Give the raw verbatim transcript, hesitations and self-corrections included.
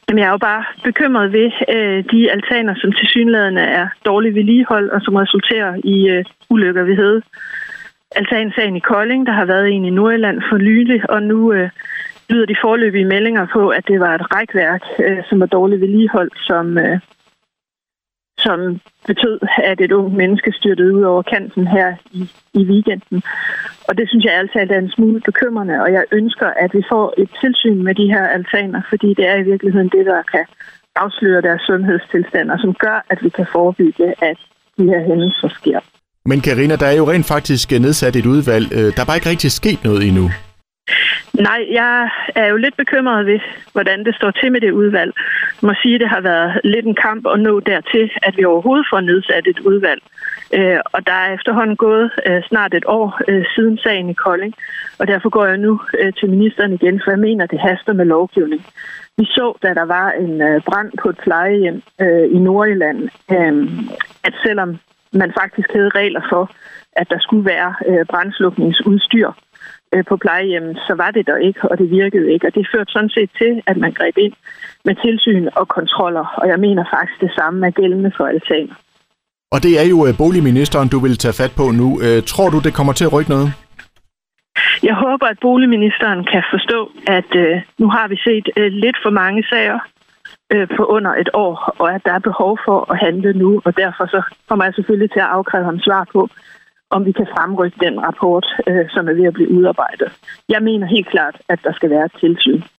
Jamen, jeg er jo bare bekymret ved øh, de altaner, som tilsyneladende er dårligt vedligeholdt, og som resulterer i øh, ulykker. Vi havde altansagen i Kolding, der har været en i Nordjylland for nylig, og nu øh, lyder de foreløbige meldinger på, at det var et rækværk, øh, som var dårligt vedligeholdt, som, øh, som betød, at et ungt menneske styrtede ud over kanten her i, i weekenden. Og det synes jeg altid er en smule bekymrende, og jeg ønsker, at vi får et tilsyn med de her altaner, fordi det er i virkeligheden det, der kan afsløre deres sundhedstilstand, og som gør, at vi kan forebygge, at de her hændelser sker. Men Karina, der er jo rent faktisk nedsat et udvalg. Der er bare ikke rigtig sket noget endnu. Nej, jeg er jo lidt bekymret ved, hvordan det står til med det udvalg. Jeg må sige, at det har været lidt en kamp at nå dertil, at vi overhovedet får nedsat et udvalg. Og der er efterhånden gået snart et år siden sagen i Kolding, og derfor går jeg nu til ministeren igen, for jeg mener, det haster med lovgivning. Vi så, da der var en brand på et plejehjem i Nordjylland, at selvom man faktisk havde regler for, at der skulle være brandslukningsudstyr på plejehjemmet, så var det der ikke, og det virkede ikke. Og det førte sådan set til, at man greb ind med tilsyn og kontroller, og jeg mener faktisk det samme er gældende for altaner. Og det er jo boligministeren, du vil tage fat på nu. Tror du, det kommer til at rykke noget? Jeg håber, at boligministeren kan forstå, at øh, nu har vi set øh, lidt for mange sager øh, på under et år, og at der er behov for at handle nu, og derfor så kommer jeg selvfølgelig til at afkræve ham svar på, om vi kan fremrykke den rapport, øh, som er ved at blive udarbejdet. Jeg mener helt klart, at der skal være et tilsyn.